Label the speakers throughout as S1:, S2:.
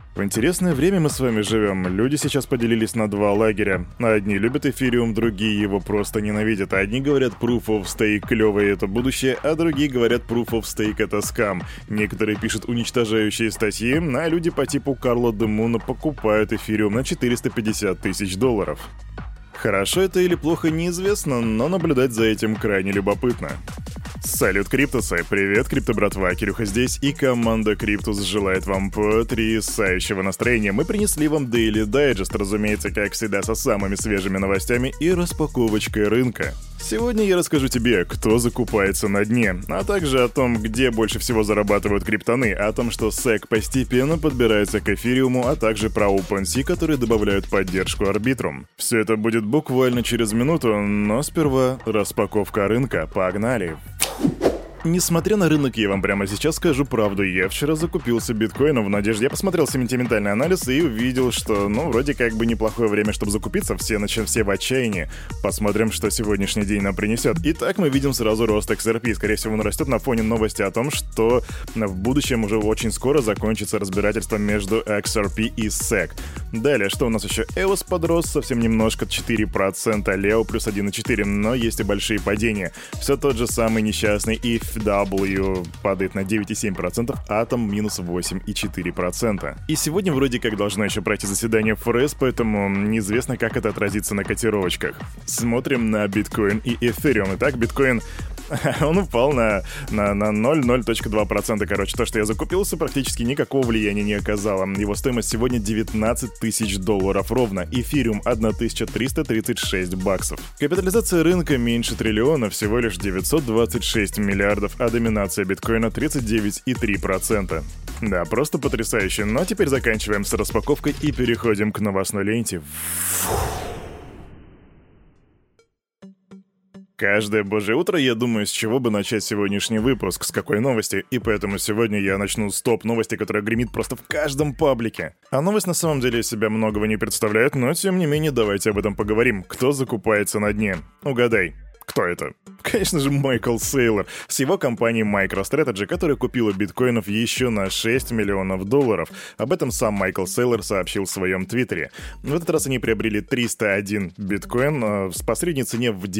S1: В интересное время мы с вами живем. Люди сейчас поделились на два лагеря. Одни любят эфириум, другие его просто ненавидят. Одни говорят, Proof of Stake клевое это будущее, а другие говорят, Proof of Stake это скам. Некоторые пишут уничтожающие статьи, а люди по типу Карла де Муна покупают эфириум на $450 тысяч. Хорошо это или плохо, неизвестно, но наблюдать за этим крайне любопытно. Салют, Криптусы! Привет, Крипто-братва! Кирюха здесь, и команда Криптус желает вам потрясающего настроения. Мы принесли вам Daily Digest, разумеется, как всегда, со самыми свежими новостями и распаковочкой рынка. Сегодня я расскажу тебе, кто закупается на дне, а также о том, где больше всего зарабатывают криптоны, о том, что SEC постепенно подбирается к эфириуму, а также про OpenSea, которые добавляют поддержку Arbitrum. Все это будет буквально через минуту, но сперва распаковка рынка. Погнали! Несмотря на рынок, я вам прямо сейчас скажу правду. Я вчера закупился биткоином в надежде. Я посмотрел сентиментальный анализ и увидел, что, вроде как бы неплохое время, чтобы закупиться. Все в отчаянии. Посмотрим, что сегодняшний день нам принесет. Итак, мы видим сразу рост XRP. Скорее всего, он растет на фоне новости о том, что в будущем уже очень скоро закончится разбирательство между XRP и SEC. Далее, что у нас еще? EOS подрос совсем немножко, 4%, Leo плюс 1,4%, но есть и большие падения. Все тот же самый несчастный FW падает на 9,7%, Atom минус 8,4%. И сегодня вроде как должно еще пройти заседание ФРС, поэтому неизвестно, как это отразится на котировочках. Смотрим на биткоин и эфириум. Итак, биткоин он упал на 0,2%. Короче, то, что я закупился, практически никакого влияния не оказало. Его стоимость сегодня $19 тысяч ровно. Эфириум $1336. Капитализация рынка меньше триллиона, всего лишь 926 миллиардов, а доминация биткоина 39,3%. Да, просто потрясающе. Но теперь заканчиваем с распаковкой и переходим к новостной ленте. Каждое божье утро я думаю, с чего бы начать сегодняшний выпуск, с какой новости, и поэтому сегодня я начну с топ-новости, которая гремит просто в каждом паблике. А новость на самом деле из себя многого не представляет, но тем не менее давайте об этом поговорим. Кто закупается на дне? Угадай. Кто это? Конечно же, Майкл Сейлор с его компанией MicroStrategy, которая купила биткоинов еще на $6 миллионов. Об этом сам Майкл Сейлор сообщил в своем твиттере. В этот раз они приобрели 301 биткоин по средней цене в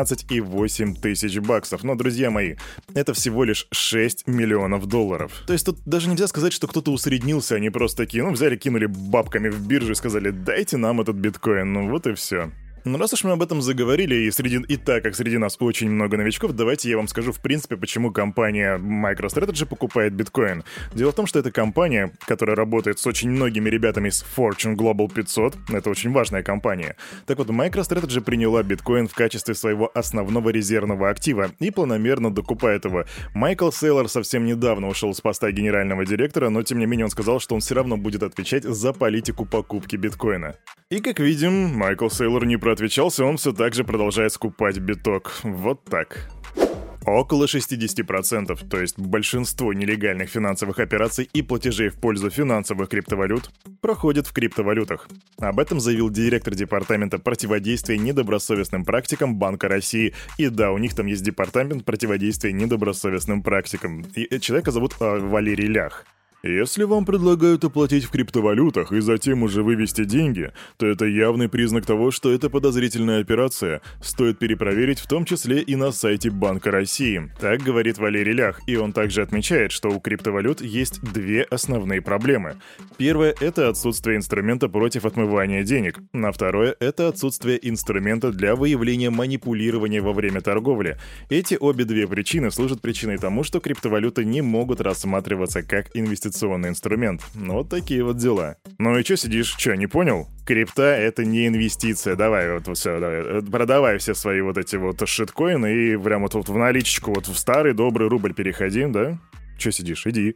S1: $19,8 тысяч. Но, друзья мои, это всего лишь $6 миллионов. То есть тут даже нельзя сказать, что кто-то усреднился, они просто такие, взяли, кинули бабками в биржу и сказали, дайте нам этот биткоин, вот и все. Ну, раз уж мы об этом заговорили, и так как среди нас очень много новичков, давайте я вам скажу, в принципе, почему компания MicroStrategy покупает биткоин. Дело в том, что это компания, которая работает с очень многими ребятами из Fortune Global 500. Это очень важная компания. Так вот, MicroStrategy приняла биткоин в качестве своего основного резервного актива и планомерно докупает его. Майкл Сейлор совсем недавно ушел с поста генерального директора, но тем не менее он сказал, что он все равно будет отвечать за политику покупки биткоина. И как видим, Майкл Сейлор не проотвечался, он все так же продолжает скупать биток. Вот так. Около 60%, то есть большинство нелегальных финансовых операций и платежей в пользу финансовых криптовалют, проходят в криптовалютах. Об этом заявил директор департамента противодействия недобросовестным практикам Банка России. И да, у них там есть департамент противодействия недобросовестным практикам. И человека зовут Валерий Лях. Если вам предлагают оплатить в криптовалютах и затем уже вывести деньги, то это явный признак того, что это подозрительная операция. Стоит перепроверить в том числе и на сайте Банка России. Так говорит Валерий Лях, и он также отмечает, что у криптовалют есть две основные проблемы. Первое — это отсутствие инструмента против отмывания денег. А второе — это отсутствие инструмента для выявления манипулирования во время торговли. Эти обе две причины служат причиной тому, что криптовалюты не могут рассматриваться как инвестиционный инструмент. Вот такие вот дела. Ну и чё сидишь? Чё, не понял? Крипта — это не инвестиция. Давай, вот все, давай. Продавай все свои вот эти вот шиткоины и прям вот в наличечку, вот в старый добрый рубль переходи, да? Чё сидишь? Иди.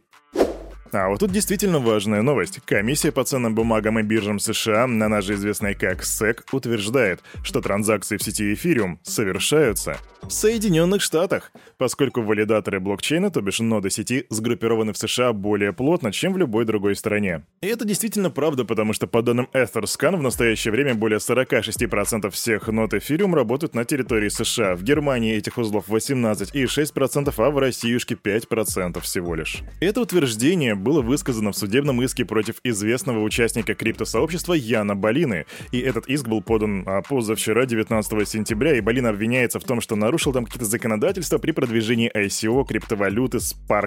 S1: А вот тут действительно важная новость. Комиссия по ценным бумагам и биржам США, она же известная как SEC, утверждает, что транзакции в сети эфириум совершаются в Соединенных Штатах, поскольку валидаторы блокчейна, то бишь ноды сети, сгруппированы в США более плотно, чем в любой другой стране. И это действительно правда, потому что по данным EtherScan в настоящее время более 46% всех нод эфириум работают на территории США. В Германии этих узлов 18,6%, а в Россиюшке 5% всего лишь. Это утверждение было высказано в судебном иске против известного участника криптосообщества Яна Балины. И этот иск был подан позавчера, 19 сентября, и Балина обвиняется в том, что нарушил там какие-то законодательства при продвижении ICO криптовалюты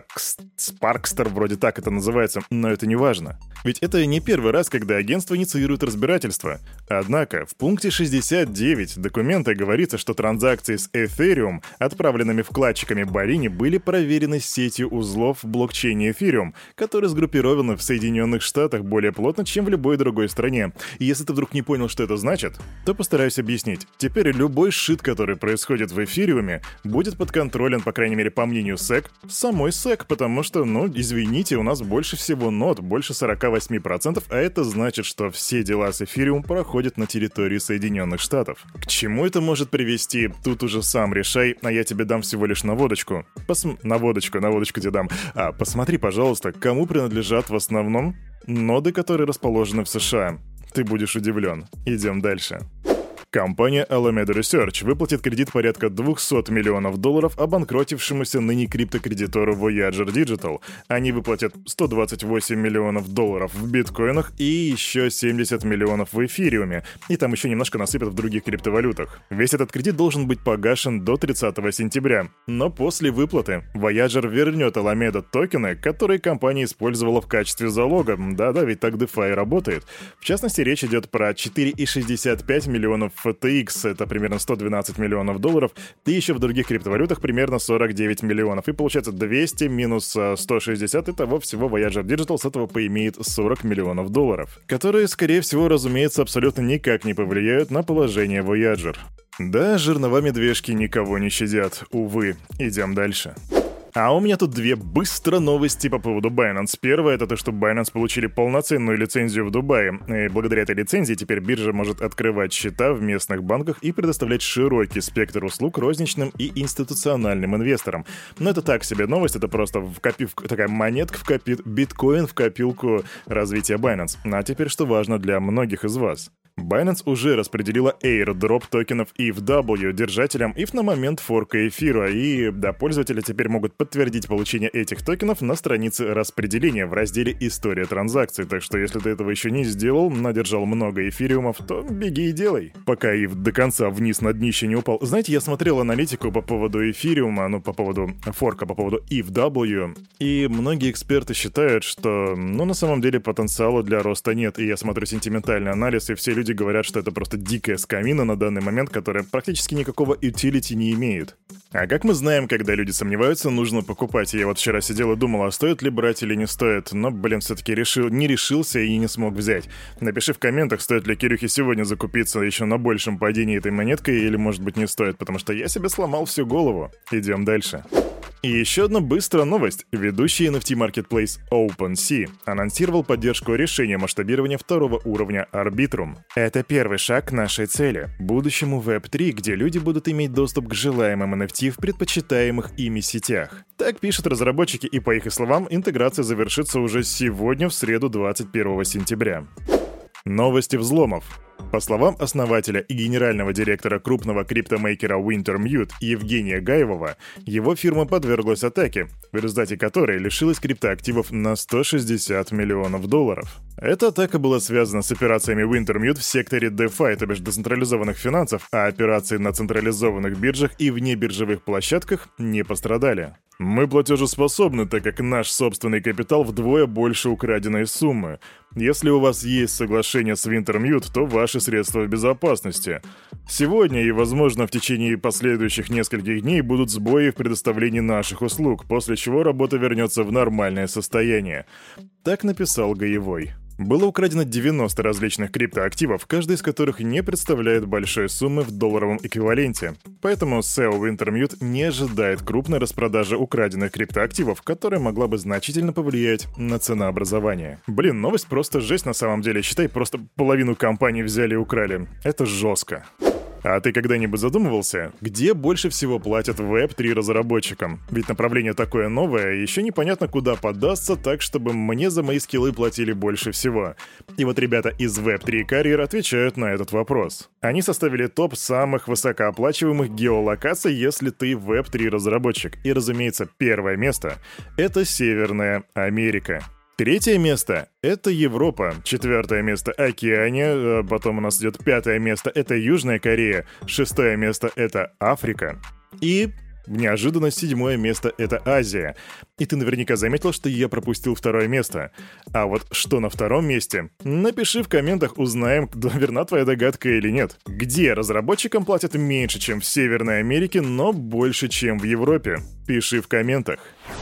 S1: Sparkster, вроде так это называется, но это не важно. Ведь это не первый раз, когда агентство инициирует разбирательство. Однако, в пункте 69 документа говорится, что транзакции с Ethereum, отправленными вкладчиками Балине, были проверены сетью узлов в блокчейне Ethereum, который сгруппирован в Соединенных Штатах более плотно, чем в любой другой стране. И если ты вдруг не понял, что это значит, то постараюсь объяснить. Теперь любой шит, который происходит в Эфириуме, будет подконтролен, по крайней мере, по мнению SEC, самой SEC, потому что, извините, у нас больше всего нод, больше 48%, а это значит, что все дела с Эфириум проходят на территории Соединенных Штатов. К чему это может привести, тут уже сам решай, а я тебе дам всего лишь наводочку. Наводочку тебе дам. Посмотри, пожалуйста, кому принадлежат в основном ноды, которые расположены в США. Ты будешь удивлен. Идем дальше. Компания Alameda Research выплатит кредит порядка $200 миллионов обанкротившемуся ныне криптокредитору Voyager Digital. Они выплатят $128 миллионов в биткоинах и еще 70 миллионов в эфириуме. И там еще немножко насыпят в других криптовалютах. Весь этот кредит должен быть погашен до 30 сентября. Но после выплаты Voyager вернет Alameda токены, которые компания использовала в качестве залога. Да-да, ведь так DeFi работает. В частности, речь идет про 4,65 миллионов FTX, это примерно $112 миллионов, и еще в других криптовалютах примерно 49 миллионов. И получается 200 минус 160, итого всего Voyager Digital с этого поимеет $40 миллионов, которые, скорее всего, разумеется, абсолютно никак не повлияют на положение Voyager. Да, жернова медвежки никого не щадят, увы. Идем дальше. А у меня тут две быстро новости по поводу Binance. Первое — это то, что Binance получили полноценную лицензию в Дубае. И благодаря этой лицензии теперь биржа может открывать счета в местных банках и предоставлять широкий спектр услуг розничным и институциональным инвесторам. Но это так себе новость, это просто такая монетка биткоин в копилку развития Binance. А теперь что важно для многих из вас. Binance уже распределила airdrop токенов ETH держателям ETH на момент форка эфира, и пользователи теперь могут подтвердить получение этих токенов на странице распределения в разделе «История транзакций», так что если ты этого еще не сделал, надержал много эфириумов, то беги и делай, пока ETH до конца вниз на днище не упал. Знаете, я смотрел аналитику по поводу эфириума, по поводу форка, по поводу ETH, и многие эксперты считают, что, на самом деле потенциала для роста нет, и я смотрю сентиментальный анализ, и все люди говорят, что это просто дикая скамина на данный момент, которая практически никакого utility не имеет. А как мы знаем, когда люди сомневаются, нужно покупать. Я вот вчера сидел и думал, а стоит ли брать или не стоит, но, все-таки не решился и не смог взять. Напиши в комментах, стоит ли Кирюхе сегодня закупиться еще на большем падении этой монеткой, или, может быть, не стоит, потому что я себе сломал всю голову. Идем дальше. И еще одна быстрая новость. Ведущий NFT-маркетплейс OpenSea анонсировал поддержку решения масштабирования второго уровня Arbitrum. Это первый шаг к нашей цели — будущему Web3, где люди будут иметь доступ к желаемым NFT в предпочитаемых ими сетях. Так пишут разработчики, и по их словам, интеграция завершится уже сегодня, в среду, 21 сентября. Новости взломов. По словам основателя и генерального директора крупного криптомейкера Wintermute Евгения Гаевого, его фирма подверглась атаке, в результате которой лишилась криптоактивов на $160 миллионов. Эта атака была связана с операциями Wintermute в секторе DeFi, то бишь децентрализованных финансов, а операции на централизованных биржах и внебиржевых площадках не пострадали. Мы платежеспособны, так как наш собственный капитал вдвое больше украденной суммы. Если у вас есть соглашение с Wintermute, то ваши средства в безопасности. Сегодня и, возможно, в течение последующих нескольких дней будут сбои в предоставлении наших услуг, после чего работа вернется в нормальное состояние. Так написал Гаевой. Было украдено 90 различных криптоактивов, каждый из которых не представляет большой суммы в долларовом эквиваленте. Поэтому SEO Wintermute не ожидает крупной распродажи украденных криптоактивов, которая могла бы значительно повлиять на ценообразование. Новость просто жесть на самом деле. Считай, просто половину компании взяли и украли. Это жестко. А ты когда-нибудь задумывался, где больше всего платят Web3 разработчикам? Ведь направление такое новое, еще непонятно куда подастся, так чтобы мне за мои скиллы платили больше всего. И вот ребята из Web3 Career отвечают на этот вопрос. Они составили топ самых высокооплачиваемых геолокаций, если ты Web3 разработчик. И, разумеется, первое место — это Северная Америка. Третье место — это Европа. Четвертое место — Океания. Потом у нас идет пятое место — это Южная Корея. Шестое место — это Африка. И неожиданно седьмое место — это Азия. И ты наверняка заметил, что я пропустил второе место. А вот что на втором месте? Напиши в комментах, узнаем, верна твоя догадка или нет. Где разработчикам платят меньше, чем в Северной Америке, но больше, чем в Европе? Пиши в комментах.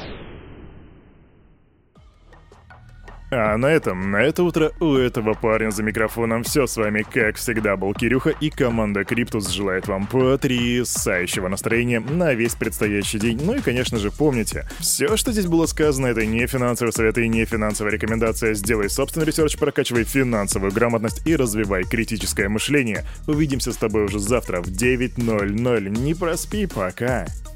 S1: А на это утро у этого парня за микрофоном все. С вами, как всегда, был Кирюха, и команда Криптус желает вам потрясающего настроения на весь предстоящий день. Ну и, конечно же, помните, все, что здесь было сказано, это не финансовый совет и не финансовая рекомендация. Сделай собственный ресерч, прокачивай финансовую грамотность и развивай критическое мышление. Увидимся с тобой уже завтра в 9:00. Не проспи, пока.